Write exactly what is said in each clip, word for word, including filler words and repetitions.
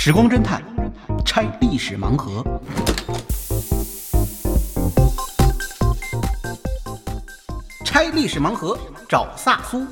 时光侦探拆历史盲盒。拆历史盲盒，找萨苏。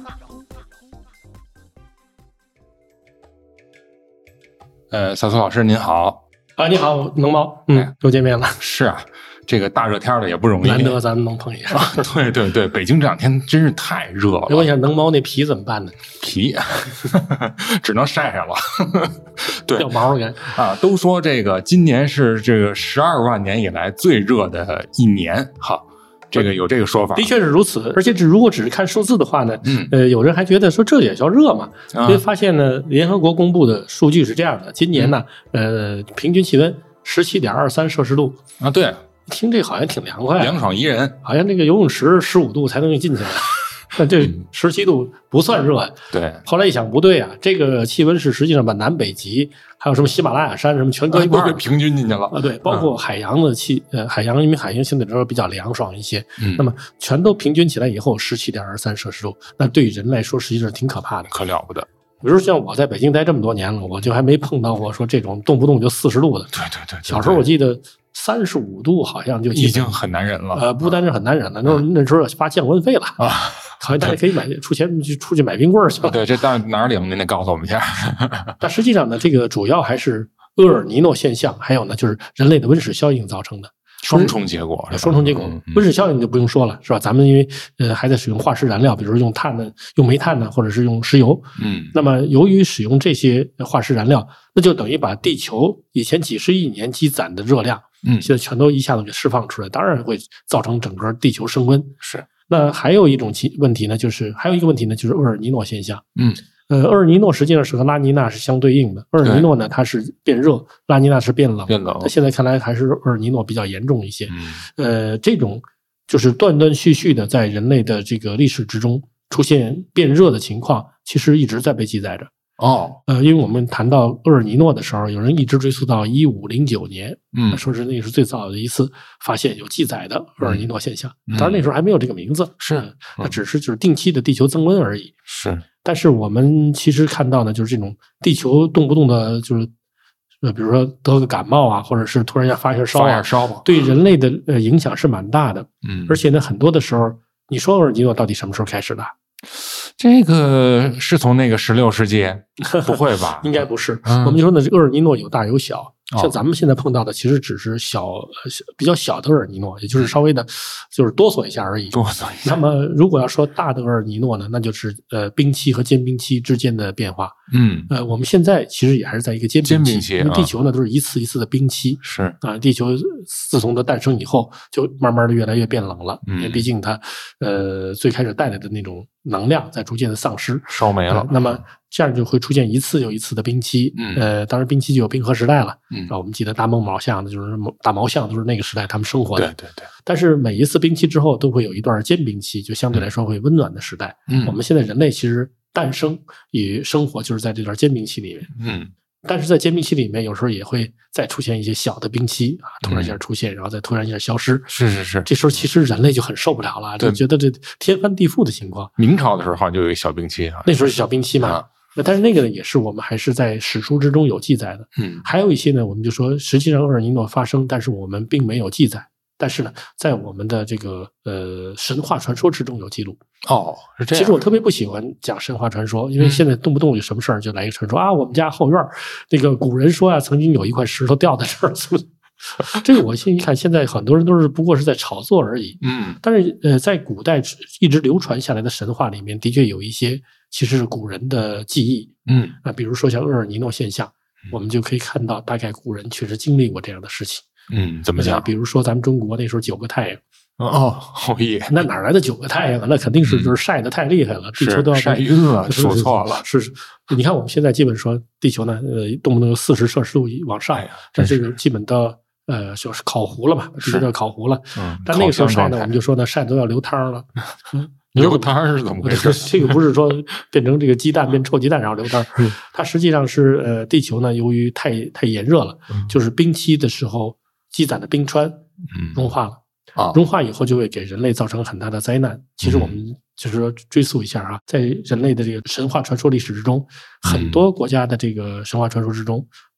呃，萨苏老师您好。 啊，你好，能猫，嗯，又见面了。 是啊，这个大热天的也不容易， 难得咱们能碰一下。 对对对，北京这两天真是太热了。 问一下，能猫那皮怎么办呢？ 皮只能晒上了。对， 掉毛了啊！都说这个今年是这个十二万年以来最热的一年，哈。这个有这个说法， 的确是如此。而且只如果只是看数字的话呢， 嗯， 呃，有人还觉得说这也叫热嘛？因为发现呢，联合国公布的数据是这样的：今年呢，嗯、呃，平均气温十七点二三摄氏度啊，对， 听这好像挺凉快， 凉爽宜人， 好像这个游泳池十五度才能进去了。那这十七度不算热、嗯， 对。 后来一想，不对啊，这个气温是实际上把南北极还有什么喜马拉雅山什么全搁一块儿、 啊、平均进去了啊。对，包括海洋的气，呃，海洋因为海洋相对来说比较凉爽一些， 嗯， 那么全都平均起来以后，十七点二三摄氏度，那对于人来说实际上挺可怕的， 可了不得。 比如像我在北京待这么多年了，我就还没碰到过说这种动不动就四十度的。 对对 对, 对, 对。 小时候我记得三十五度好像就已经很难忍了。 呃，不单是很难忍了，那、嗯、那时候发降温费了啊，好像大家可以买出钱去出去买冰棍去了。 对，这到哪儿领？您得告诉我们一下。 但实际上呢，这个主要还是厄尔尼诺现象，还有呢就是人类的温室效应造成的。 双重结果， 双重结果，嗯嗯、温室效应就不用说了，是吧？咱们因为呃还在使用化石燃料，比如用碳呢、用煤炭呢，或者是用石油。 嗯， 那么由于使用这些化石燃料，那就等于把地球以前几十亿年积攒的热量， 嗯， 现在全都一下子给释放出来，当然会造成整个地球升温。 是。那还有一种问题呢，就是还有一个问题呢，就是厄尔尼诺现象。 嗯。 呃，厄尔尼诺实际上是和拉尼娜是相对应的。厄尔尼诺呢，它是变热，拉尼娜是变冷。 变冷。 那现在看来还是厄尔尼诺比较严重一些。 嗯。 呃，这种就是断断续续的在人类的这个历史之中出现变热的情况，其实一直在被记载着。 哦。 呃，因为我们谈到厄尔尼诺的时候，有人一直追溯到一五零九年， 嗯， 说是那个是最早的一次发现有记载的厄尔尼诺现象。 嗯、 当然那时候还没有这个名字， 是， 它、嗯、只是就是定期的地球增温而已。 是。 但是我们其实看到呢，就是这种地球动不动的，就是呃，比如说得个感冒啊，或者是突然间发下烧、啊， 发下烧， 对人类的呃影响是蛮大的。 嗯， 而且呢，很多的时候，你说厄尔尼诺到底什么时候开始的？ 这个是从那个十六世纪？不会吧？ 应该不是。 嗯、 我们就说呢，这厄尔尼诺有大有小。 哦、 像咱们现在碰到的，其实只是小、比较小的厄尔尼诺，也就是稍微的，就是哆嗦一下而已。 哆嗦一下。 那么，如果要说大的厄尔尼诺呢，那就是呃冰期和间冰期之间的变化。 嗯。 呃，我们现在其实也还是在一个间冰期， 间冰期， 因为地球呢都是一次一次的冰期。 是啊、呃，地球自从它诞生以后，就慢慢的越来越变冷了， 嗯、 因为毕竟它呃最开始带来的那种能量在逐渐的丧失， 烧没了。 呃、那么这样就会出现一次又一次的冰期。 嗯。 呃，当然冰期就有冰河时代了。 嗯。 啊，我们记得大梦毛象的就是大毛象都是那个时代他们生活的。 对对对。 但是每一次冰期之后都会有一段间冰期，就相对来说会温暖的时代。 嗯。 我们现在人类其实诞生与生活就是在这段间冰期里面。 嗯。 但是在间冰期里面，有时候也会再出现一些小的冰期啊，突然一下出现，嗯、然后再突然一下消失。 是是是。 这时候其实人类就很受不了了，就觉得这天翻地覆的情况。 明朝的时候好像就有一个小冰期啊。 那时候是小冰期嘛。啊，但是那个呢，也是我们还是在史书之中有记载的。 嗯， 还有一些呢，我们就说，实际上厄尔尼诺发生，但是我们并没有记载。但是呢，在我们的这个呃神话传说之中有记录。 哦，是这样。 其实我特别不喜欢讲神话传说，因为现在动不动有什么事儿就来一个传说、嗯、啊，我们家后院那个古人说啊，曾经有一块石头掉在这儿，是不是？这个我现一看，现在很多人都是不过是在炒作而已。 嗯， 但是呃，在古代一直流传下来的神话里面，的确有一些其实是古人的记忆。 嗯啊、呃，比如说像厄尔尼诺现象，我们就可以看到，大概古人确实经历过这样的事情。 嗯，怎么讲？ 比如说咱们中国那时候九个太阳。 哦，好耶！ 那哪来的九个太阳啊？那肯定是就是晒得太厉害了，嗯、地球都要晒晕了，说错了。 是是，你看我们现在基本说地球呢，呃，动不动有四十摄氏度往上， 哎、 但这个基本到呃就是烤糊了嘛，地球要烤糊了。 嗯， 但那个时候晒呢，我们就说呢，晒都要流汤了。 嗯，流汤是怎么回事？ 这个不是说变成这个鸡蛋变臭鸡蛋然后流汤， 嗯、 它实际上是呃地球呢，由于太太炎热了， 嗯、 就是冰期的时候积攒的冰川融化了。 嗯啊， 融化以后就会给人类造成很大的灾难。其实我们就是说追溯一下啊，在人类的这个神话传说历史之中，很多国家的这个神话传说之中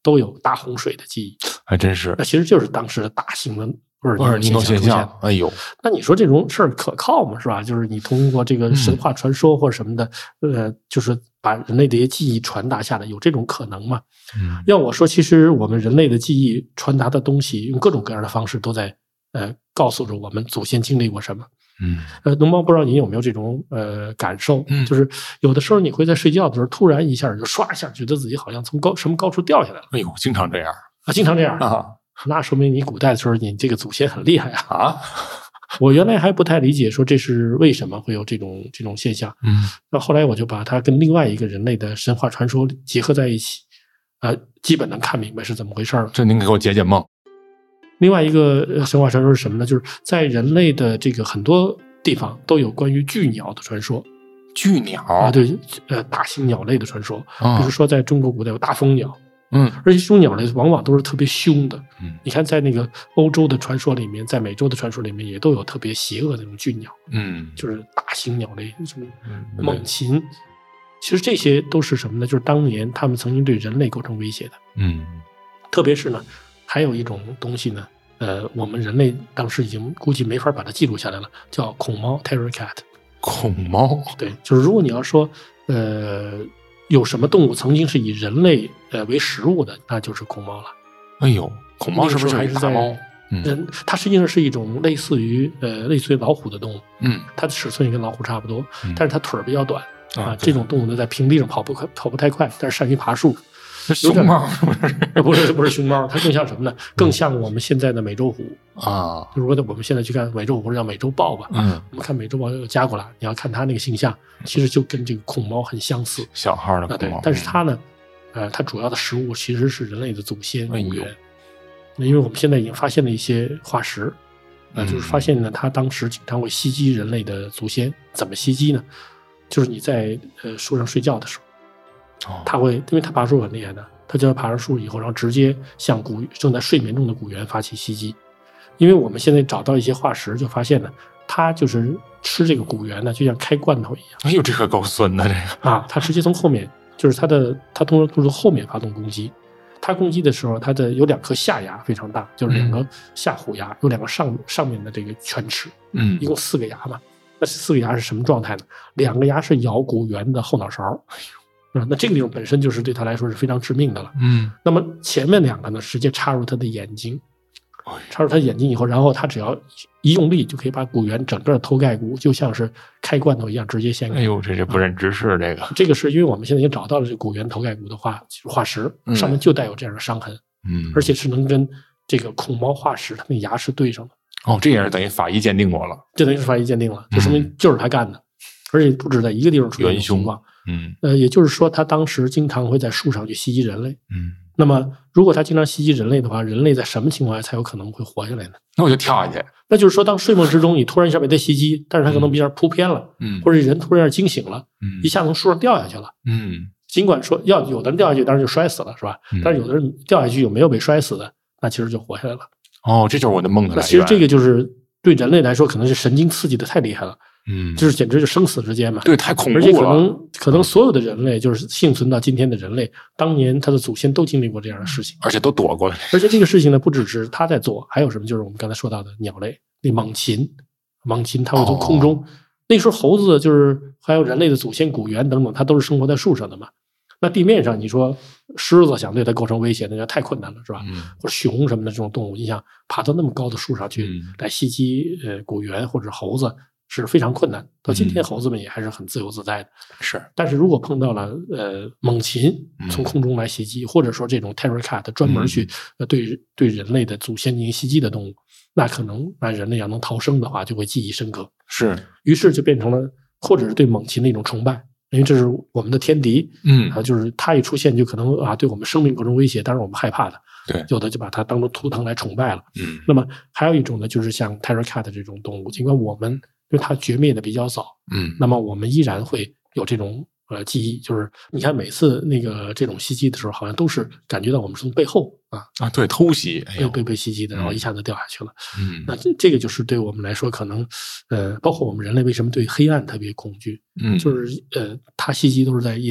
都有大洪水的记忆， 还真是。 那其实就是当时的大型的厄尔厄尔尼诺现象。 哎呦， 那你说这种事儿可靠吗？是吧？就是你通过这个神话传说或者什么的，嗯、呃，就是把人类的一些记忆传达下来，有这种可能吗？ 嗯， 要我说，其实我们人类的记忆传达的东西，用各种各样的方式都在呃告诉着我们祖先经历过什么。 嗯， 呃，龙猫不知道你有没有这种呃感受？ 嗯， 就是有的时候你会在睡觉的时候，突然一下就唰一下，觉得自己好像从高什么高处掉下来了。 哎呦，经常这样啊，经常这样啊， 那说明你古代的时候，你这个祖先很厉害啊！ 啊， 我原来还不太理解，说这是为什么会有这种这种现象。 嗯， 那后来我就把它跟另外一个人类的神话传说结合在一起，呃，基本能看明白是怎么回事了。 这您给我解解梦。 另外一个神话传说是什么呢？就是在人类的这个很多地方都有关于巨鸟的传说。 巨鸟啊，对，呃，大型鸟类的传说， 啊、 比如说在中国古代有大蜂鸟， 嗯， 而且这种鸟类往往都是特别凶的。 嗯， 你看在那个欧洲的传说里面，在美洲的传说里面也都有特别邪恶的那种巨鸟， 嗯， 就是大型鸟类，什么嗯猛禽。其实这些都是什么呢？就是当年他们曾经对人类构成威胁的。 嗯， 特别是呢，还有一种东西呢，呃，我们人类当时已经估计没法把它记录下来了，叫孔猫 （terror cat）。 孔猫， 对，就是如果你要说，呃，有什么动物曾经是以人类呃为食物的，那就是孔猫了。 哎呦，孔猫是不是还是在大猫？嗯， 人它实际上是一种类似于呃类似于老虎的动物， 嗯， 它的尺寸也跟老虎差不多， 嗯、 但是它腿儿比较短啊。 这种动物呢，在平地上跑不快，跑不太快，但是善于爬树。 熊猫不是不是熊猫，它更像什么呢？更像我们现在的美洲虎啊。 如果我们现在去看美洲虎，或者叫美洲豹吧， 嗯， 我们看美洲豹有加过来，你要看它那个形象，其实就跟这个孔猫很相似， 小号的孔猫。 对，但是它呢，呃，它主要的食物其实是人类的祖先古猿。 哎、 因为我们现在已经发现了一些化石，啊、呃，就是发现呢，它当时经常会袭击人类的祖先。怎么袭击呢？就是你在呃树上睡觉的时候，它会，因为它爬树很厉害的。他就要爬上树以后，然后直接向古正在睡眠中的古猿发起袭击。因为我们现在找到一些化石，就发现呢，它就是吃这个古猿呢，就像开罐头一样。 哎呦，这个够孙的这个啊！它直接从后面，就是它的，它通常都是后面发动攻击。它攻击的时候，它的有两颗下牙非常大，就是两个下虎牙，嗯、有两个上上面的这个犬齿， 嗯， 一共四个牙嘛。那四个牙是什么状态呢？两个牙是咬古猿的后脑勺。哎呦！啊，那这个地方本身就是对他来说是非常致命的了。 嗯， 那么前面两个呢，直接插入他的眼睛，插入他眼睛以后，然后他只要一用力，就可以把古猿整个头盖骨，就像是开罐头一样，直接掀开。 哎呦，这这不忍直视这个。 这个是因为我们现在已经找到了这古猿头盖骨的化化石，上面就带有这样的伤痕， 嗯， 而且是能跟这个孔猫化石它那牙是对上的。 哦，这也是等于法医鉴定过了， 这等于是法医鉴定了，就说明就是他干的，嗯、而且不止在一个地方出现情况。 嗯， 呃，也就是说，他当时经常会在树上去袭击人类。 嗯， 那么如果他经常袭击人类的话，人类在什么情况下才有可能会活下来呢？ 那我就跳下去。 那就是说，当睡梦之中，你突然一下被他袭击，但是他可能一下扑偏了， 嗯， 或者人突然惊醒了， 嗯， 一下从树上掉下去了， 嗯， 尽管说要有的人掉下去，当然就摔死了，是吧？ 嗯、 但是有的人掉下去有没有被摔死的，那其实就活下来了。 哦，这就是我的梦的来源。 那其实这个就是对人类来说，可能是神经刺激的太厉害了。 嗯， 就是简直就生死之间嘛， 对，太恐怖了。 而且可能可能所有的人类，就是幸存到今天的人类，当年他的祖先都经历过这样的事情， 而且都躲过了。 而且这个事情呢，不只是他在做，还有什么？就是我们刚才说到的鸟类，那猛禽，猛禽它会从空中。哦、那时候猴子就是还有人类的祖先古猿等等，它都是生活在树上的嘛。那地面上你说狮子想对它构成威胁，那就太困难了，是吧？ 嗯、 或者熊什么的这种动物，你想爬到那么高的树上去、 嗯、 来袭击呃古猿或者猴子。是非常困难，到今天猴子们也还是很自由自在的。 是， 但是如果碰到了呃猛禽从空中来袭击，嗯、或者说这种 terror cat 专门去呃对对人类的祖先进行袭击的动物，那可能让人类要能逃生的话，就会记忆深刻。 是， 于是就变成了，或者是对猛禽的一种崇拜，因为这是我们的天敌。 嗯啊，就是它一出现就可能啊对我们生命构成威胁，当然我们害怕的。 对， 有的就把它当成图腾来崇拜了。 嗯， 那么还有一种呢，就是像 terror cat 这种动物，尽管我们因为它绝灭的比较早， 嗯， 那么我们依然会有这种呃记忆，就是你看每次那个这种袭击的时候，好像都是感觉到我们是从背后啊啊，对，偷袭， 被被被袭击的，然后一下子掉下去了。 嗯， 那这这个就是对我们来说，可能呃，包括我们人类为什么对黑暗特别恐惧， 嗯， 就是呃，它袭击都是在夜间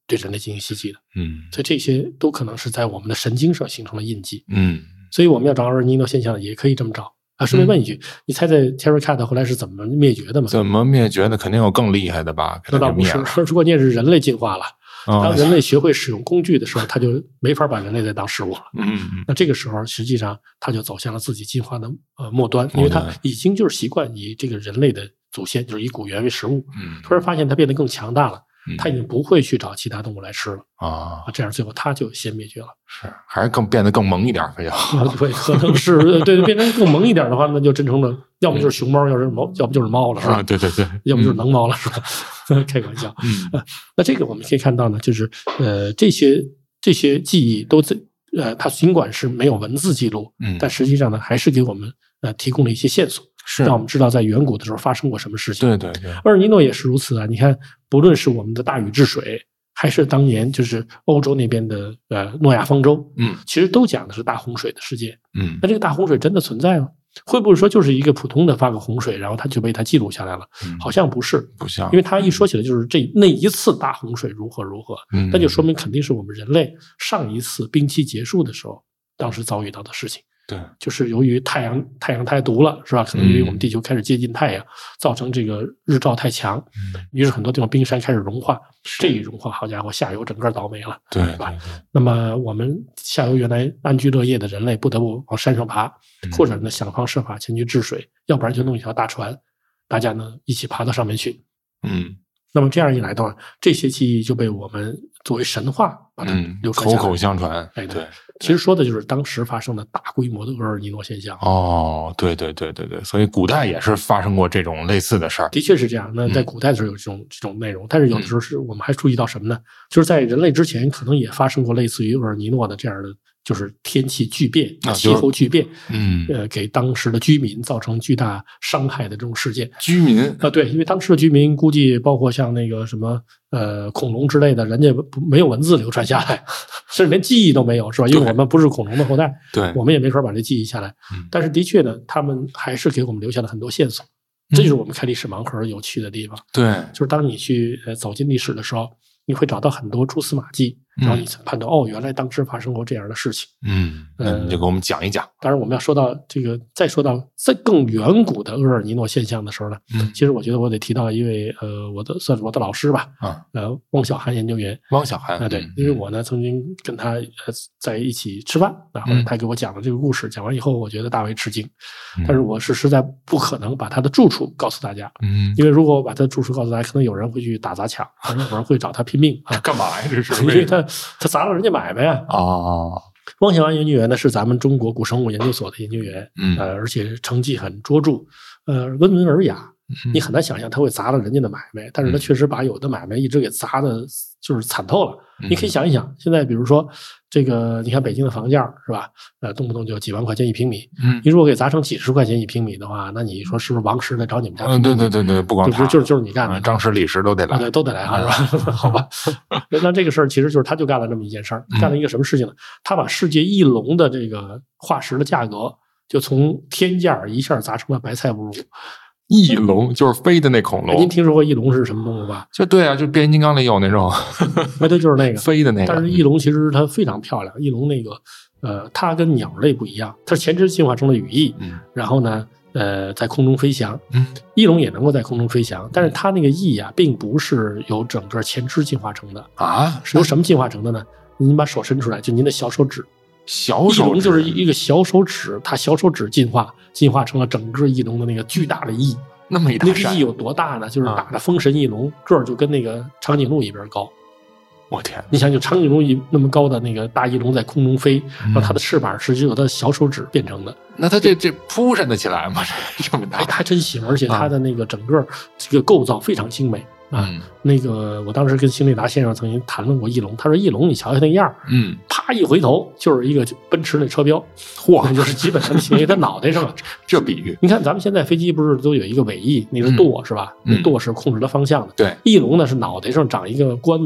对人类进行袭击的。 嗯， 所以这些都可能是在我们的神经上形成了印记。 嗯， 所以我们要找厄尔尼诺现象，也可以这么找啊。顺便问一句，嗯、你猜猜 Terry Cat 后来是怎么灭绝的吗？ 怎么灭绝的？肯定有更厉害的吧？ 那倒不是，关键是人类进化了。当人类学会使用工具的时候，他就没法把人类再当食物了。 嗯， 那这个时候，实际上他就走向了自己进化的呃末端，因为他已经就是习惯以这个人类的祖先，就是以古猿为食物。 嗯， 突然发现他变得更强大了，他已经不会去找其他动物来吃了啊。 这样最后他就先灭绝了。 是，还是更变得更萌一点比较好。 对，可能是对对，变成更萌一点的话，那就真成了，要不就是熊猫，要是猫，要不就是猫了，是吧？ 啊，对对对， 要不就是能猫了，是吧？开个玩笑。 嗯， 那这个我们可以看到呢，就是呃，这些这些记忆都在呃，它尽管是没有文字记录， 嗯， 但实际上呢，还是给我们呃提供了一些线索， 是让我们知道在远古的时候发生过什么事情。 对对对， 厄尔尼诺也是如此啊。你看，不论是我们的大禹治水，还是当年就是欧洲那边的呃诺亚方舟， 嗯， 其实都讲的是大洪水的事件。 嗯， 那这个大洪水真的存在吗？会不会说就是一个普通的发个洪水，然后它就被它记录下来了？ 嗯、 好像不是， 不像， 因为它一说起来就是这那一次大洪水如何如何， 嗯， 那就说明肯定是我们人类上一次冰期结束的时候，当时遭遇到的事情。 对， 就是由于太阳太阳太毒了，是吧？可能由于我们地球开始接近太阳，嗯、造成这个日照太强， 嗯、 于是很多地方冰山开始融化。这一融化，好家伙，下游整个倒霉了， 对， 是吧？那么我们下游原来安居乐业的人类，不得不往山上爬， 嗯、 或者呢想方设法前去治水，要不然就弄一条大船，大家呢一起爬到上面去。 嗯。 那么这样一来的话，这些记忆就被我们作为神话把它流传下来， 嗯、口口相传。 哎， 对， 其实说的就是当时发生的大规模的厄尔尼诺现象。 哦，对对对对对，所以古代也是发生过这种类似的事儿。 的确是这样。那在古代的时候有这种、嗯、这种内容，但是有的时候是我们还注意到什么呢？就是在人类之前，可能也发生过类似于厄尔尼诺的这样的。就是天气巨变、 啊、 气候巨变， 嗯， 呃，给当时的居民造成巨大伤害的这种事件。 居民啊，对，因为当时的居民估计包括像那个什么呃恐龙之类的，人家没有文字流传下来，甚至连记忆都没有，是吧？因为我们不是恐龙的后代， 对， 我们也没法把这记忆下来。 嗯、 但是的确呢，他们还是给我们留下了很多线索，这就是我们开历史盲盒有趣的地方。 对， 就是当你去呃走进历史的时候，你会找到很多蛛丝马迹。然后你才判断、嗯、哦，原来当时发生过这样的事情。 嗯，那你就给我们讲一讲。 呃、当然，我们要说到这个，再说到在更远古的厄尔尼诺现象的时候呢， 嗯， 其实我觉得我得提到一位呃，我的算是我的老师吧， 啊， 呃，汪小涵研究员。 汪小涵啊，对，因为我呢曾经跟他呃在一起吃饭，然后他给我讲了这个故事，嗯、讲完以后我觉得大为吃惊， 嗯、 但是我是实在不可能把他的住处告诉大家， 嗯， 因为如果我把他的住处告诉大家，可能有人会去打砸抢，可能有人会找他拼命啊， 干嘛呀？这是因为他他砸了人家买卖啊！ 哦， 汪小涵研究员呢是咱们中国古生物研究所的研究员， 嗯， 呃，而且成绩很卓著，呃，温文尔雅， 嗯、 你很难想象他会砸了人家的买卖，但是他确实把有的买卖一直给砸的，就是惨透了。 嗯、 你可以想一想，现在比如说这个，你看北京的房价是吧？呃，动不动就几万块钱一平米， 嗯， 你如果给砸成几十块钱一平米的话，那你说是不是王石来找你们家？ 嗯，对对对对，不光他，就是就是你干的， 嗯、张石、李石都得来， 啊、对，都得来啊，是吧？好吧，那这个事儿其实就是他就干了这么一件事儿，干了一个什么事情呢？他把世界翼龙的这个化石的价格就从天价一下砸成了白菜不如。 翼龙就是飞的那恐龙， 您听说过翼龙是什么动物吧？ 就对啊，就变形金刚里有那种， 那对，就是那个飞的那个。 但是翼龙其实它非常漂亮，翼龙那个呃，它跟鸟类不一样，它是前肢进化成了羽翼， 嗯， 然后呢，呃，在空中飞翔， 嗯， 翼龙也能够在空中飞翔，但是它那个翼啊，并不是由整个前肢进化成的啊， 是由什么进化成的呢？您把手伸出来，就您的小手指。 小手翼龙就是一个小手指，它小手指进化，进化成了整个翼龙的那个巨大的翼。 那么一大那个翼有多大呢？就是大的风神翼龙，个儿就跟那个长颈鹿一边高。 我天！ 你想，就长颈鹿一那么高的那个大翼龙在空中飞，然后它的翅膀是由它的小手指变成的。 那它这这扑扇得起来吗？这么大， 还真行！而且它的那个整个这个构造非常精美。啊， 嗯、 那个我当时跟辛利达先生曾经谈论过翼龙，他说翼龙你瞧瞧那样， 嗯， 啪一回头就是一个奔驰的车标， 嚯， 就是基本上形在他脑袋上。 这比喻， 你看咱们现在飞机不是都有一个尾翼，那个舵、嗯、是吧？那舵是控制它方向的。 对， 翼龙呢是脑袋上长一个冠子，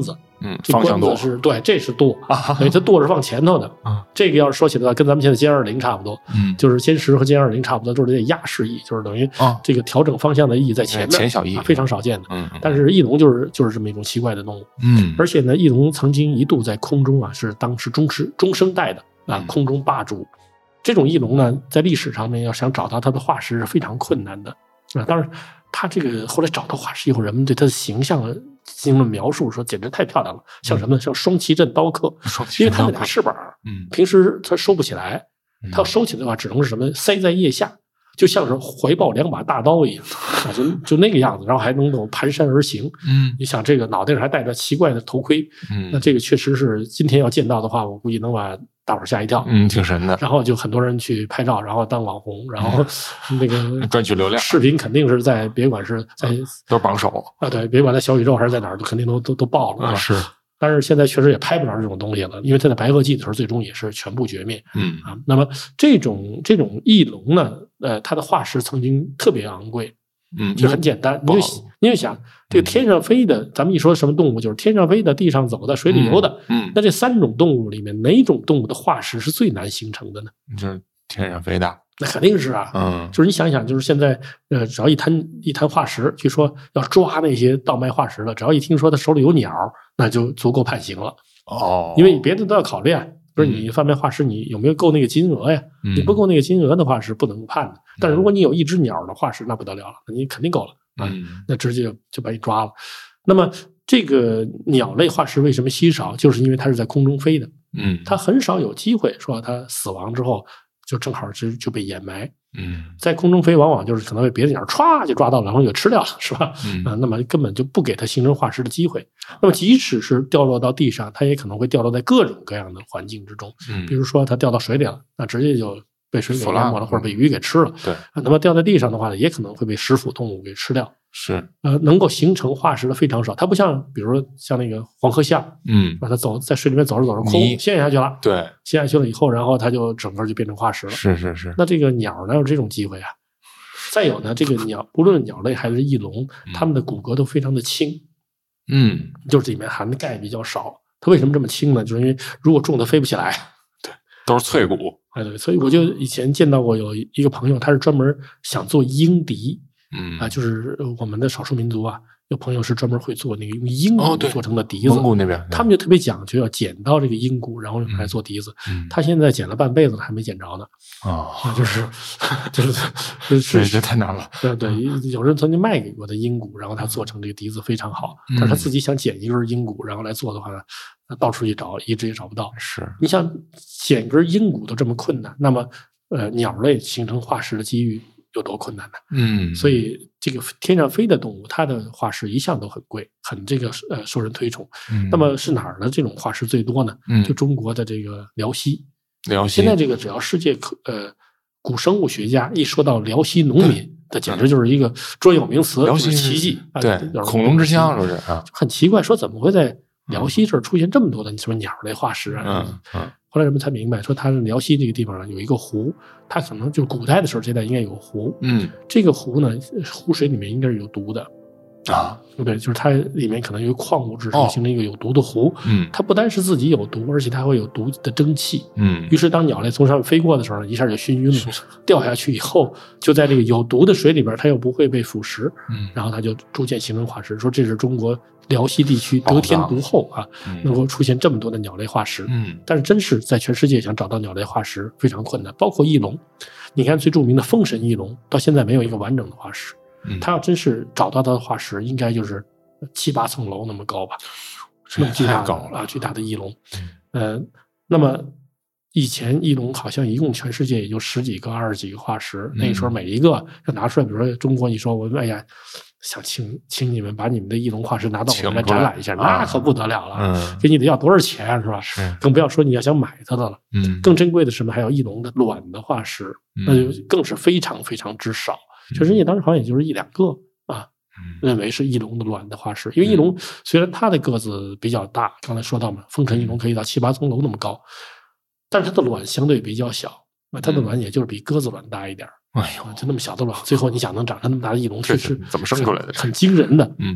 嗯， 这方向舵关子是对，这是舵啊， 对，它舵是放前头的。 嗯， 这个要是说起来的话，跟咱们现在歼二零差不多， 嗯， 就是歼十和歼二零差不多，就是这压式翼，就是等于这个调整方向的翼在前面， 前小翼非常少见的。 嗯， 但是翼龙就是就是这么一种奇怪的动物。 嗯， 而且呢，翼龙曾经一度在空中啊，是当时中世中生代的啊，空中霸主。这种翼龙呢，在历史上面要想找到它的化石是非常困难的啊。当然，它这个后来找到化石以后，人们对它的形象进行了描述，说简直太漂亮了，像什么呢？像双旗阵刀客，因为它那俩翅膀，嗯，平时它收不起来，它要收起来的话，只能是什么塞在腋下，就像是怀抱两把大刀一样啊，就就那个样子，然后还能够蹒跚而行。嗯，你想这个脑袋上还戴着奇怪的头盔，嗯，那这个确实是今天要见到的话，我估计能把大伙儿吓一跳。 嗯，挺神的。 然后就很多人去拍照，然后当网红，然后那个赚取流量。 视频肯定是在别管是在都是榜首啊，对，别管在小宇宙还是在哪儿，都肯定都都都爆了。 啊，是。 但是现在确实也拍不着这种东西了，因为它在白垩纪的时候最终也是全部绝灭。 嗯啊，那么这种这种翼龙呢，呃，它的化石曾经特别昂贵。 嗯， 就很简单，你就你就想这个天上飞的，咱们一说什么动物，就是天上飞的、地上走的、水里游的。 嗯， 那这三种动物里面，哪种动物的化石是最难形成的呢？ 就是天上飞的。 那肯定是啊，嗯，就是你想想，就是现在，呃，只要一谈一谈化石，据说要抓那些盗卖化石的，只要一听说他手里有鸟，那就足够判刑了。 哦， 因为别的都要考虑啊。不是你贩卖化石，你有没有够那个金额呀？ 嗯、 你不够那个金额的话是不能判的。但是如果你有一只鸟的化石，那不得了了，你肯定够了啊， 嗯、 那直接就把你抓了。那么这个鸟类化石为什么稀少？就是因为它是在空中飞的， 嗯， 它很少有机会说它死亡之后就正好就就被掩埋。 嗯， 在空中飞，往往就是可能被别的鸟歘就抓到了，然后就吃掉了，是吧？ 嗯啊，那么根本就不给它形成化石的机会。那么即使是掉落到地上，它也可能会掉落在各种各样的环境之中。 嗯， 比如说它掉到水里了，那直接就被水给淹没了，或者被鱼给吃了。 对， 那么掉在地上的话呢，也可能会被食腐动物给吃掉。 是， 呃，能够形成化石的非常少。它不像，比如说像那个黄河象， 嗯， 把它走在水里面走着走着，空陷下去了。对，陷下去了以后，然后它就整个就变成化石了。 是是是。 那这个鸟哪有这种机会啊？再有呢，这个鸟不论鸟类还是翼龙，它们的骨骼都非常的轻， 嗯， 就是里面含的钙比较少。它为什么这么轻呢？就是因为如果重它飞不起来， 对，都是脆骨。 哎，对，所以我就以前见到过有一个朋友，他是专门想做鹰笛， 嗯啊，就是我们的少数民族啊，有朋友是专门会做那个用鹰骨做成的笛子， 蒙古那边他们就特别讲究，要捡到这个鹰骨，然后用来做笛子。 嗯， 他现在捡了半辈子了，还没捡着呢。 哦， 就是就是就是这太难了。 对对，有人曾经卖给过他鹰骨，然后他做成这个笛子非常好，但是他自己想捡一根鹰骨然后来做的话呢，到处去找，一直也找不到。 是， 你想捡根鹰骨都这么困难，那么呃，鸟类形成化石的机遇有多困难呢？ 嗯， 所以这个天上飞的动物，它的化石一向都很贵，很这个呃受人推崇。 嗯， 那么是哪儿的这种化石最多呢？ 嗯， 就中国的这个辽西。 辽西现在这个只要世界呃古生物学家一说到辽西农民，这简直就是一个专有名词， 辽西奇迹。 对，恐龙之乡就是啊， 很奇怪，说怎么会在辽西这儿出现这么多的什么鸟类化石啊？ 嗯嗯。 后来人们才明白，说它辽西这个地方呢有一个湖，它可能就是古代的时候这代应该有个湖。 嗯， 这个湖呢，湖水里面应该是有毒的。 啊， 对，就是它里面可能有矿物质形成一个有毒的湖。 嗯， 它不单是自己有毒，而且它会有毒的蒸汽。 嗯， 于是当鸟类从上面飞过的时候，一下就熏晕了，掉下去以后，就在这个有毒的水里边，它又不会被腐蚀。 嗯， 然后它就逐渐形成化石。说这是中国辽西地区得天独厚啊，能够出现这么多的鸟类化石。 嗯， 但是真是在全世界想找到鸟类化石非常困难，包括翼龙。你看最著名的风神翼龙，到现在没有一个完整的化石。 嗯， 它要真是找到它的化石，应该就是七八层楼那么高吧，那么巨大高了啊，巨大的翼龙。呃，那么以前翼龙好像一共全世界也就十几个、二十几个化石， 嗯、 那时候每一个要拿出来，比如说中国，你说我们哎呀，想请请你们把你们的翼龙化石拿到我们来展览一下，那可不得了了， 嗯， 给你得要多少钱啊，是吧？ 是， 更不要说你要想买它的了。 嗯， 更珍贵的是什么？还有翼龙的卵的化石， 嗯、 那就更是非常非常之少。全世界当时好像也就是一两个啊，认为是翼龙的卵的化石。因为翼龙虽然它的个子比较大，刚才说到嘛，风神翼龙可以到七八层楼那么高，但是它的卵相对比较小，那它的卵也就是比鸽子卵大一点。 哎呦， 就那么小的卵，最后你想能长成那么大的翼龙，确实怎么生出来的？ 很惊人的。 嗯，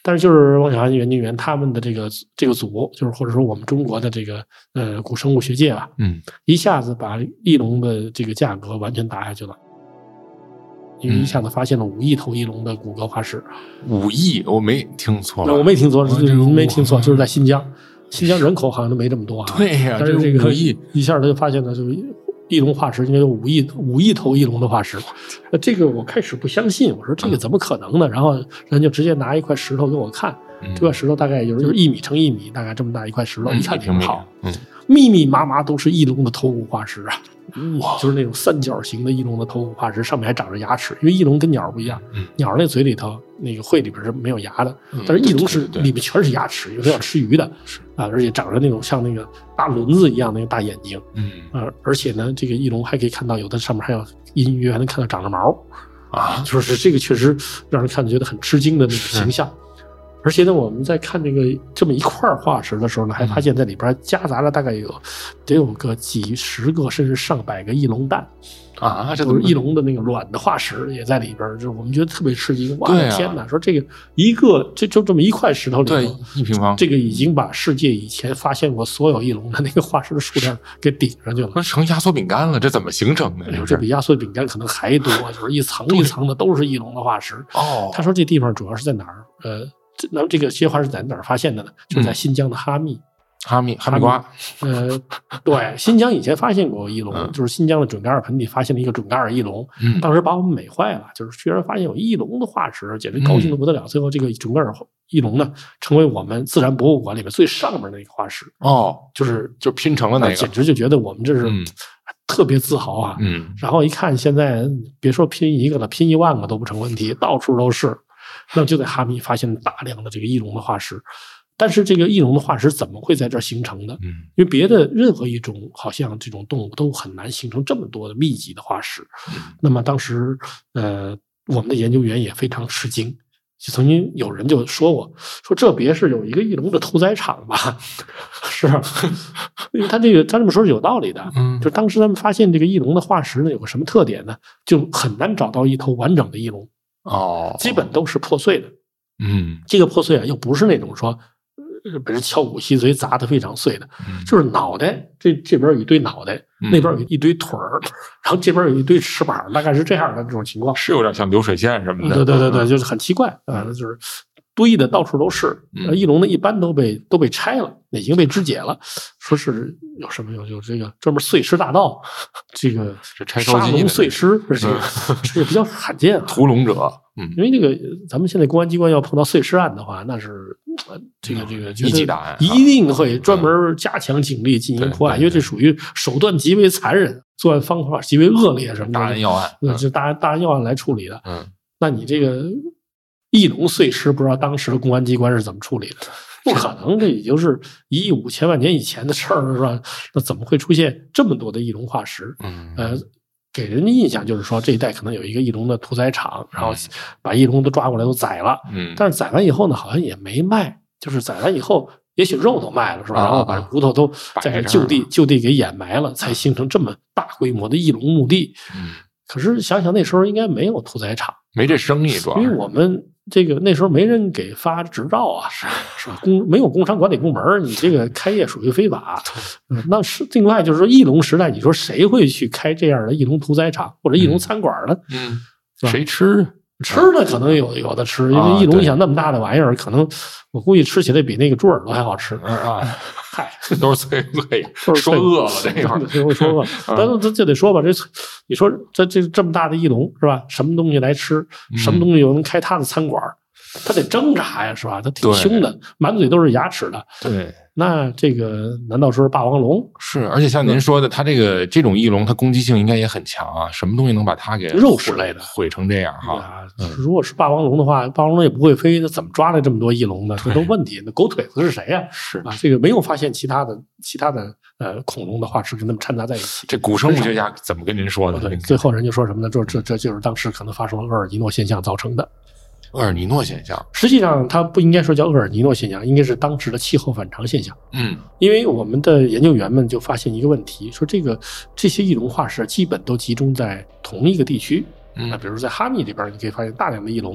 但是就是汪小涵研究员他们的这个这个组，就是或者说我们中国的这个呃古生物学界吧， 嗯， 一下子把翼龙的这个价格完全打下去了，因为一下子发现了五亿头翼龙的骨骼化石。 五亿，我没听错吧？ 我没听错， 这您没听错，就是在新疆，新疆人口好像都没这么多啊。 对呀、 但是这个五亿一下他就发现了，就是翼龙化石应该有五亿五亿头翼龙的化石。那这个我开始不相信，我说这个怎么可能呢？然后人就直接拿一块石头给我看， 嗯、 这块石头大概就是一米乘一米，大概这么大一块石头， 嗯、 一看挺好， 嗯， 密密麻麻都是翼龙的头骨化石啊。 哇， 就是那种三角形的翼龙的头骨化石，上面还长着牙齿，因为翼龙跟鸟不一样， 嗯、 鸟那嘴里头那个喙里边是没有牙的， 嗯、 但是翼龙是里面全是牙齿，因为它要吃鱼的，啊，而且长着那种像那个大轮子一样那个大眼睛， 嗯啊，而且呢，这个翼龙还可以看到有的上面还有隐约还能看到长着毛啊， 就是这个确实让人看着觉得很吃惊的那个形象。而且呢，我们在看这个这么一块化石的时候呢，还发现在里边夹杂了大概有得有个几十个甚至上百个翼龙蛋啊，这都是翼龙的那个卵的化石也在里边，就是我们觉得特别吃惊。哇，天哪！ 啊、 说这个一个这就这么一块石头里头， 对，一平方， 这个已经把世界以前发现过所有翼龙的那个化石的数量给顶上去了， 那成压缩饼干了，这怎么形成的？ 哎呦，这比压缩饼干可能还多，就是一层一层的都是翼龙的化石。 哦， 他说这地方主要是在哪儿？呃。那么这个些化石在哪儿发现的呢？就是在新疆的哈密， 嗯、哈密哈密瓜。 呃，对，新疆以前发现过翼龙， 嗯、 就是新疆的准噶尔盆地发现了一个准噶尔翼龙， 嗯、 当时把我们美坏了，就是居然发现有翼龙的化石，简直高兴的不得了。嗯、最后这个准噶尔翼龙呢，成为我们自然博物馆里面最上面的一个化石。 哦， 就是就拼成了那个， 简直就觉得我们这是。 嗯特别自豪啊！ 嗯， 然后一看，现在别说拼一个了，拼一万个都不成问题，到处都是。那就在哈密发现大量的这个翼龙的化石，但是这个翼龙的化石怎么会在这儿形成的？ 嗯， 因为别的任何一种好像这种动物都很难形成这么多的密集的化石。 嗯、 那么当时呃，我们的研究员也非常吃惊。就曾经有人就说过，说这别是有一个翼龙的屠宰场吧？是，因为他这个他这么说是有道理的。 嗯， 就当时他们发现这个翼龙的化石呢，有个什么特点呢？就很难找到一头完整的翼龙。 哦， 基本都是破碎的。 嗯，这个破碎啊，又不是那种说被人敲骨吸髓砸得非常碎的， 嗯、 就是脑袋这这边有一堆脑袋， 嗯、 那边有一堆腿儿，然后这边有一堆翅膀，大概是这样的这种情况， 是有点像流水线什么的。 对对对对，就是很奇怪啊、呃，就是堆的到处都是。 嗯、 翼龙呢，一般都被都被拆了，已经被肢解了。说是有什么有有这个专门碎尸大盗，这个杀龙碎尸，这个这个比较罕见啊。 屠龙者。嗯， 因为这个咱们现在公安机关要碰到碎尸案的话，那是呃这个这个一级大案， 一定会专门加强警力进行破案，因为这属于手段极为残忍，作案方法极为恶劣，什么的大案要案， 那是大大案要案来处理的。 嗯， 那你这个翼龙碎尸，不知道当时的公安机关是怎么处理的？不可能，这已经是一亿五千万年以前的事儿，是吧？那怎么会出现这么多的翼龙化石？ 嗯， 呃。给人的印象就是说，这一带可能有一个翼龙的屠宰场，然后把翼龙都抓过来都宰了。 嗯， 但是宰完以后呢，好像也没卖，就是宰完以后，也许肉都卖了，是吧？ 啊、 然后把骨头都在这就地就地给掩埋了，才形成这么大规模的翼龙墓地。 嗯， 可是想想那时候应该没有屠宰场， 没这生意，主要因为我们这个那时候没人给发执照啊，是是吧？工没有工商管理部门，你这个开业属于非法。嗯，那是另外就是说，翼龙时代，你说谁会去开这样的翼龙屠宰场或者翼龙餐馆呢？ 嗯，嗯谁吃？ 吃的可能有有的吃，因为翼龙你想那么大的玩意儿，可能我估计吃起来比那个猪耳朵还好吃啊！嗨， 都是脆脆， 都是说饿了这会儿， 这会说饿了。但这这得说吧，这你说这这这么大的翼龙是吧？什么东西来吃？什么东西又能开他的餐馆？他得挣扎呀，是吧？他挺凶的，满嘴都是牙齿的。 对， 那这个难道说是霸王龙？ 是，而且像您说的，它这个这种翼龙，它攻击性应该也很强啊。什么东西能把它给肉食类的毁成这样哈？ 啊，如果是霸王龙的话，霸王龙也不会飞，那怎么抓来这么多翼龙呢？这都问题。那狗腿子是谁呀？ 是啊，这个没有发现其他的其他的呃恐龙的化石跟它们掺杂在一起。 这古生物学家怎么跟您说的？ 对，最后人就说什么呢？这这这就是当时可能发生了厄尔尼诺现象造成的。 厄尔尼诺现象， 实际上它不应该说叫厄尔尼诺现象，应该是当时的气候反常现象。 嗯， 因为我们的研究员们就发现一个问题，说这个这些翼龙化石基本都集中在同一个地区。 嗯， 那比如在哈密这边，你可以发现大量的翼龙，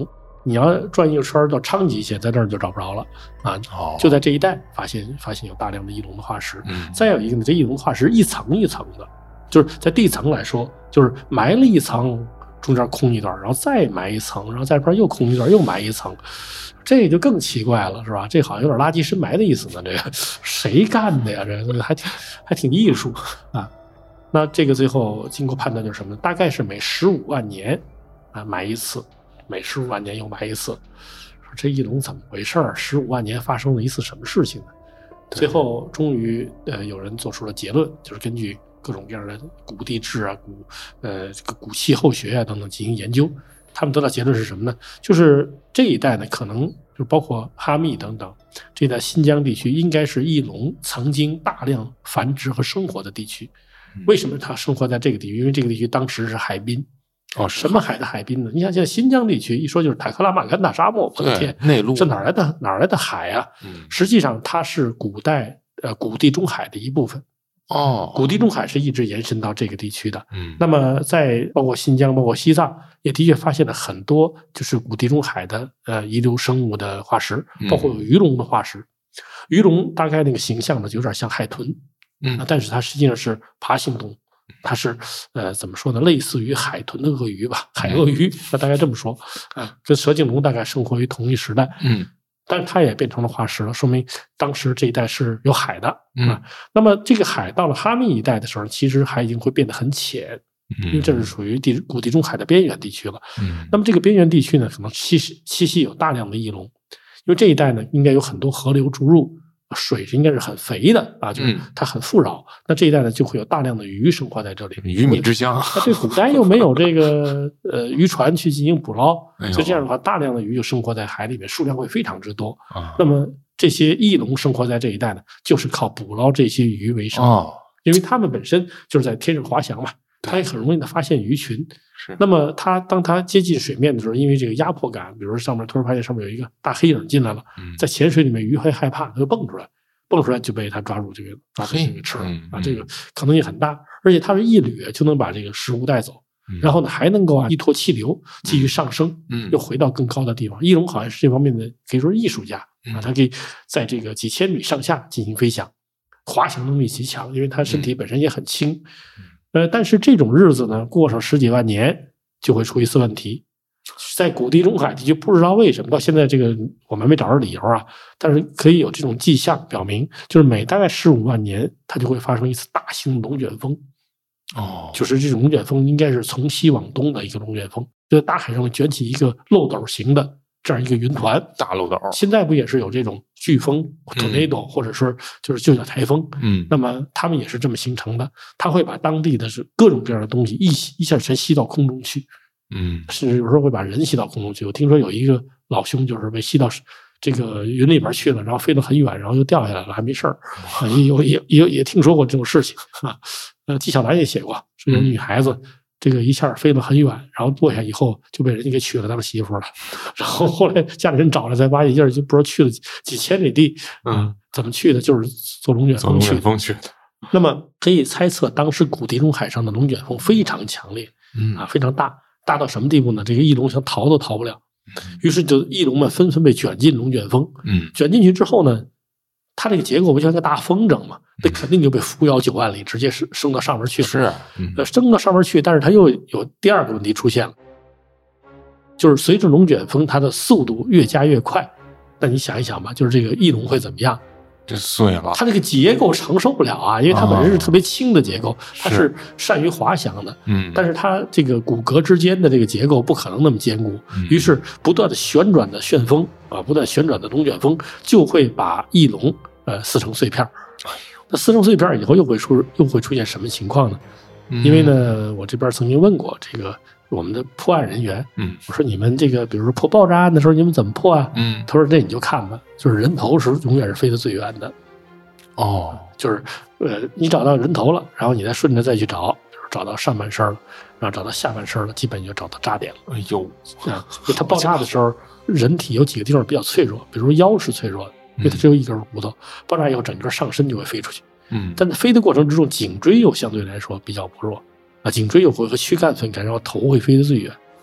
你要转一个圈到昌吉县，在那儿就找不着了啊。 哦， 就在这一带发现发现有大量的翼龙的化石。 嗯， 再有一个呢，这翼龙化石一层一层的，就是在地层来说，就是埋了一层，中间空一段，然后再埋一层，然后在这边又空一段，又埋一层，这就更奇怪了，是吧？这好像有点垃圾深埋的意思呢。这个谁干的呀？这个还挺还挺艺术啊。那这个最后经过判断就是什么呢？大概是每十五万年啊埋一次，每十五万年又埋一次。说这翼龙怎么回事儿？十五万年发生了一次什么事情呢？最后终于呃有人做出了结论，就是根据各种各样的古地质啊、古呃这个古气候学啊等等进行研究，他们得到结论是什么呢？就是这一带呢，可能就包括哈密等等这一带新疆地区，应该是翼龙曾经大量繁殖和生活的地区。为什么它生活在这个地区？因为这个地区当时是海滨。 哦， 什么海的海滨呢？你想现在新疆地区一说就是塔克拉玛干大沙漠，我的天， 内陆， 这哪来的哪来的海啊？ 嗯， 实际上它是古代呃古地中海的一部分。 哦， 古地中海是一直延伸到这个地区的。 嗯， 那么在包括新疆、包括西藏，也的确发现了很多就是古地中海的呃遗留生物的化石，包括有鱼龙的化石。鱼龙大概那个形象呢，就有点像海豚。 嗯， 但是它实际上是爬行动物，它是呃怎么说呢？类似于海豚的鳄鱼吧，海鳄鱼，那大概这么说啊，跟蛇颈龙大概生活于同一时代。 嗯， 但是它也变成了化石了，说明当时这一带是有海的。 嗯， 啊，那么这个海到了哈密一带的时候，其实海已经会变得很浅，因为这是属于地古地中海的边缘地区了。 嗯， 那么这个边缘地区呢，可能栖息栖息有大量的翼龙，因为这一带呢应该有很多河流注入。水是应该是很肥的啊，就是它很富饶。嗯、那这一带呢，就会有大量的鱼生活在这里， 鱼米之乡。 那对，古代又没有这个呃渔船去进行捕捞， 哎、 所以这样的话，大量的鱼就生活在海里面，数量会非常之多。 啊、 那么这些翼龙生活在这一带呢，就是靠捕捞这些鱼为生， 哦、 因为它们本身就是在天上滑翔嘛，它也很容易的发现鱼群。 是。 那么它当它接近水面的时候，因为这个压迫感，比如说上面突然发现上面有一个大黑影进来了， 嗯、 在潜水里面鱼会害怕，它就蹦出来。蹦出来就被它抓住，这个抓住这个吃了、 嗯、 啊，这个可能性很大，而且它是一掠就能把这个食物带走， 嗯、 然后呢还能够啊依托气流继续上升， 嗯， 又回到更高的地方。翼龙好像是这方面的可以说是艺术家、 嗯、 啊，它可以在这个几千米上下进行飞翔，滑翔能力极强，因为它身体本身也很轻。 嗯、 呃，但是这种日子呢，过上十几万年就会出一次问题。在古地中海地区，不知道为什么到现在这个我们没找着理由啊，但是可以有这种迹象表明，就是每大概十五万年，它就会发生一次大型龙卷风。 哦， 就是这种龙卷风应该是从西往东的一个龙卷风，就在大海上会卷起一个漏斗型的这样一个云团， 大漏斗。 现在不也是有这种飓风 tornado、嗯、或者说就是就叫台风， 嗯， 那么他们也是这么形成的，它会把当地的是各种各样的东西一一下全吸到空中去。 嗯， 甚至有时候会把人吸到空中去。我听说有一个老兄就是被吸到这个云里边去了，然后飞得很远，然后又掉下来了，还没事儿。啊，有也也也听说过这种事情啊。呃，纪晓岚也写过，说有女孩子这个一下飞得很远，然后落下以后就被人家给娶了当媳妇了。然后后来家里人找了，才发现一下就不知道去了几几千里地， 嗯， 怎么去的？就是坐龙卷风去的。 坐龙卷风去的。 那么可以猜测，当时古地中海上的龙卷风非常强烈， 嗯啊，非常大。大到什么地步呢？这个翼龙想逃都逃不了，于是就翼龙们纷纷被卷进龙卷风。 嗯， 卷进去之后呢，它这个结构不像个大风筝嘛，那肯定就被扶摇九万里，直接升升到上面去了。 是， 嗯，升到上面去，但是它又有第二个问题出现了，就是随着龙卷风它的速度越加越快，那你想一想吧，就是这个翼龙会怎么样？ 这碎了， 它这个结构承受不了啊，因为它本身是特别轻的结构， 哦、 它是善于滑翔的， 嗯， 但是它这个骨骼之间的这个结构不可能那么坚固， 嗯、 于是不断的旋转的旋风啊，不断旋转的龙卷风就会把翼龙呃撕成碎片。 哎呦， 那撕成碎片以后又会出又会出现什么情况呢？ 嗯、 因为呢，我这边曾经问过这个我们的破案人员， 嗯，我说你们这个比如说破爆炸案的时候，你们怎么破啊？ 嗯， 他说这你就看吧，就是人头是永远是飞得最远的。 哦，就是呃，你找到人头了，然后你再顺着再去找，比如找到上半身了，然后找到下半身了，基本就找到炸点了。 哎呦， 啊，因为它爆炸的时候，人体有几个地方比较脆弱，比如腰是脆弱的，因为它只有一根骨头，爆炸以后整个上身就会飞出去。 嗯， 但在飞的过程之中，颈椎又相对来说比较薄弱啊，颈椎又会和躯干分开，然后头会飞得最远。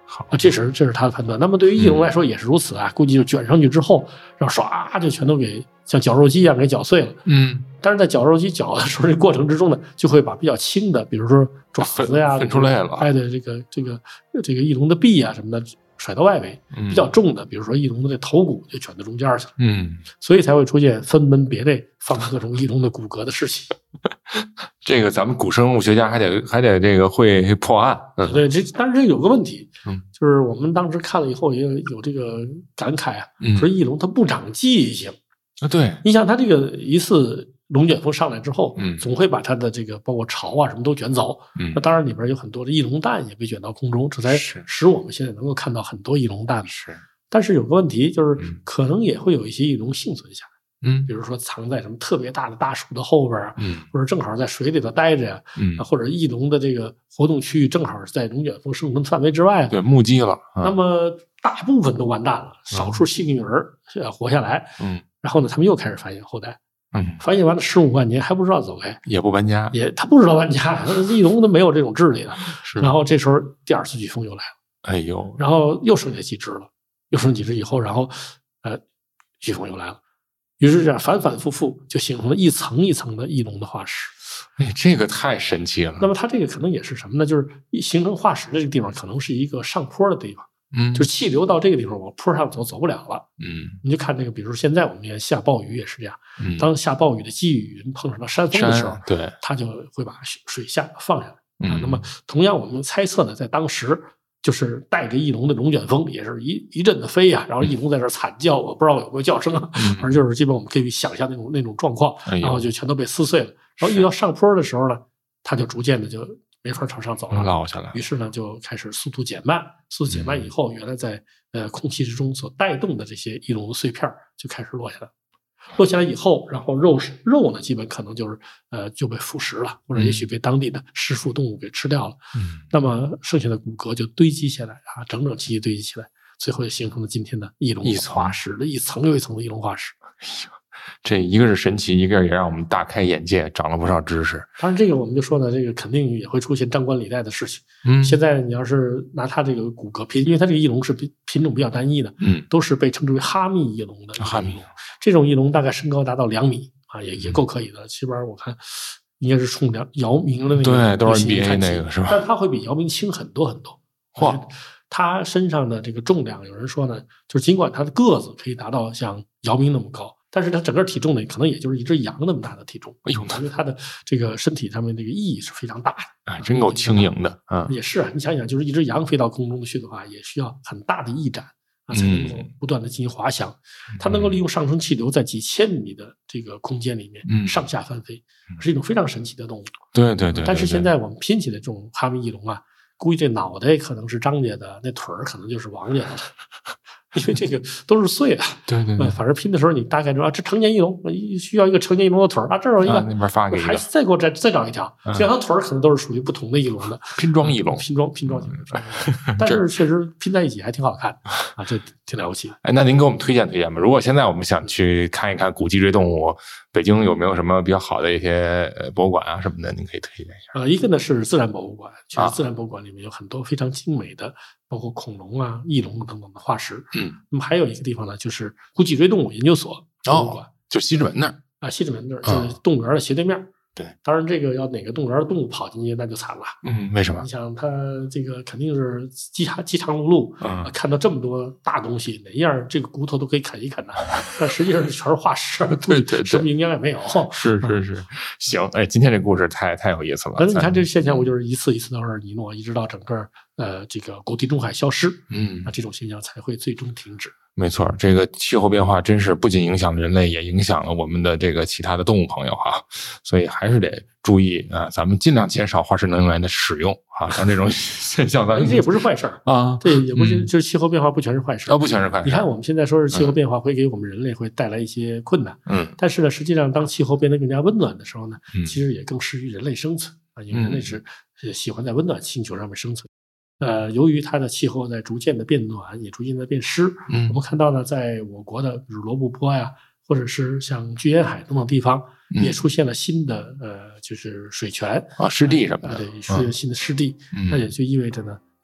好啊，这是这是他的判断。那么对于翼龙来说也是如此啊，估计就卷上去之后，然后唰就全都给像绞肉机一样给绞碎了。 嗯， 但是在绞肉机绞的时候，这过程之中呢，就会把比较轻的，比如说爪子呀， 分出来了， 哎，对，这个这个这个翼龙的臂啊什么的甩到外围，比较重的，比如说翼龙的这头骨就卷到中间去了。 嗯， 所以才会出现分门别类放各种翼龙的骨骼的事情。 这个咱们古生物学家还得还得这个会破案。嗯， 对，这但是这有个问题， 嗯， 就是我们当时看了以后也有这个感慨啊， 嗯， 说翼龙它不长记性啊，对， 你想它这个一次龙卷风上来之后， 嗯， 总会把它的这个包括巢啊什么都卷走， 嗯， 那当然里边有很多的翼龙蛋也被卷到空中，这才使我们现在能够看到很多翼龙蛋。 是， 但是有个问题就是，可能也会有一些翼龙幸存下来。 嗯， 比如说藏在什么特别大的大树的后边啊， 嗯， 或者正好在水里头待着呀， 嗯， 或者翼龙的这个活动区域正好是在龙卷风生存范围之外， 对，目击了， 嗯、那么大部分都完蛋了，少数幸运儿活下来， 嗯， 然后呢，他们又开始繁衍后代， 嗯， 繁衍完了十五万年还不知道走开， 也不搬家， 也他不知道搬家，翼龙都没有这种智力了， 是， 然后这时候第二次飓风又来了， 哎呦， 然后又剩下几只了，又剩几只以后，然后呃，飓风又来了。于是这样反反复复就形成了一层一层的翼龙的化石。 哎，这个太神奇了。 那么它这个可能也是什么呢？就是形成化石的这个地方可能是一个上坡的地方， 嗯， 就是气流到这个地方往坡上走走不了了。 嗯， 你就看这个，比如现在我们看下暴雨也是这样， 嗯， 当下暴雨的积雨云碰上了山峰的时候， 对， 它就会把水下放下来。 嗯， 啊，那么同样我们猜测呢，在当时。就是带着翼龙的龙卷风，也是一一阵的飞呀、啊，然后翼龙在这惨叫，我不知道有没有叫声啊， 嗯、 反正就是基本我们可以想象那种那种状况， 哎、 然后就全都被撕碎了。然后遇到上坡的时候呢，它就逐渐的就没法朝上走了， 落下来。 于是呢，就开始速度减慢，速度减慢以后，嗯、原来在呃空气之中所带动的这些翼龙的碎片就开始落下来。落下来以后，然后肉肉呢，基本可能就是呃就被腐蚀了，或者也许被当地的食腐动物给吃掉了。 嗯， 那么剩下的骨骼就堆积起来啊，整整齐齐堆积起来，最后就形成了今天的翼龙化石的一层又一层的翼龙化石。 哎呦，这一个是神奇，一个也让我们大开眼界，长了不少知识。 当然，这个我们就说呢，这个肯定也会出现张冠李戴的事情。 嗯， 现在你要是拿它这个骨骼品，因为它这个翼龙是品品种比较单一的， 嗯， 都是被称之为哈密翼龙的。 哈密这种翼龙大概身高达到两米啊，也也够可以的。基本上我看应该是冲姚姚明的那个对，都是 N B A 那个是吧？ 但它会比姚明轻很多很多。 嚯！ 它身上的这个重量，有人说呢，就是尽管它的个子可以达到像姚明那么高。但是它整个体重呢，可能也就是一只羊那么大的体重。 哎呦， 因为它的这个身体上面这个翼是非常大的， 哎，真够轻盈的啊！ 也是啊，你想想，就是一只羊飞到空中去的话，也需要很大的翼展啊，才能够不断的进行滑翔。 嗯、 它能够利用上升气流，在几千米的这个空间里面、 嗯、 上下翻飞，是一种非常神奇的动物。 对对 对, 对。 但是现在我们拼起来这种哈密翼龙啊，估计这脑袋可能是张家的，那腿儿可能就是王家的。因为这个都是碎的， 对对对， 反正拼的时候你大概知道啊，这成年翼龙需要一个成年翼龙的腿儿啊，这儿有一个， 啊、那边发给一个， 还再给我再再找一条， 嗯、 这条腿儿可能都是属于不同的翼龙的拼装翼龙， 拼装拼装翼龙，但是确实拼在一起还挺好看啊，这挺了不起。 哎，那您给我们推荐推荐吧。如果现在我们想去看一看古脊椎动物，北京有没有什么比较好的一些博物馆啊什么的？您可以推荐一下。 呃，一个呢是自然博物馆，其实自然博物馆里面有很多非常精美的。包括恐龙啊、翼龙等等的化石。 嗯， 那么还有一个地方呢，就是古脊椎动物研究所博物馆， 哦、就西直门那儿啊，西直门那儿就是动物园的斜对面。嗯、 对， 当然这个要哪个动物园的动物跑进去，那就惨了。 嗯，为什么？ 你想，它这个肯定是饥肠饥肠辘辘， 嗯， 看到这么多大东西，哪样这个骨头都可以啃一啃的，但实际上全是化石， 对对对， 什么营养也没有。 是是是，行，哎，今天这故事太太有意思了。 反正你看这现象，我就是一次一次的尔尼诺，一直到整个。呃，这个古地中海消失， 嗯， 那这种现象才会最终停止。 没错，这个气候变化真是不仅影响人类，也影响了我们的这个其他的动物朋友哈，所以还是得注意啊，咱们尽量减少化石能源的使用啊，像这种现象，咱这也不是坏事啊， 这也不是、嗯、就是气候变化不全是坏事啊，不全是坏事。 你看我们现在说是气候变化会给我们人类会带来一些困难， 嗯， 但是呢，实际上当气候变得更加温暖的时候呢， 嗯、 其实也更适于人类生存啊，因为人类是喜欢在温暖星球上面生存。呃，由于它的气候在逐渐的变暖，也逐渐的变湿， 嗯， 我们看到呢，在我国的比如罗布泊呀，或者是像居延海等等地方， 嗯、 也出现了新的呃，就是水泉啊，湿地什么的， 啊，对，出现新的湿地， 嗯、 那也就意味着呢，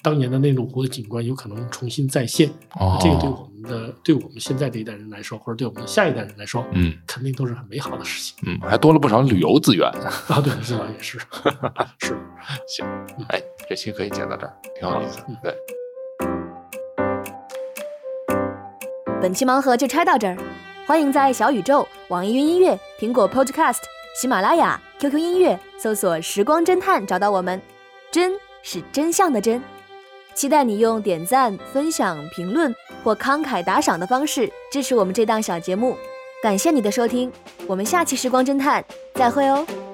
当年的内陆湖的景观有可能重新再现。 哦， 这个对我们的对我们现在这一代人来说，或者对我们下一代人来说， 嗯， 肯定都是很美好的事情。 嗯，还多了不少旅游资源啊。对，这倒也是，是。 行，哎，这期可以讲到这儿，挺有意思。嗯、对。 本期盲盒就拆到这儿，欢迎在小宇宙、网易云音乐、苹果 Podcast、喜马拉雅、Q Q 音乐搜索时光侦探找到我们。真是真相的真，期待你用点赞、分享、评论或慷慨打赏的方式支持我们这档小节目。感谢你的收听，我们下期时光侦探再会哦。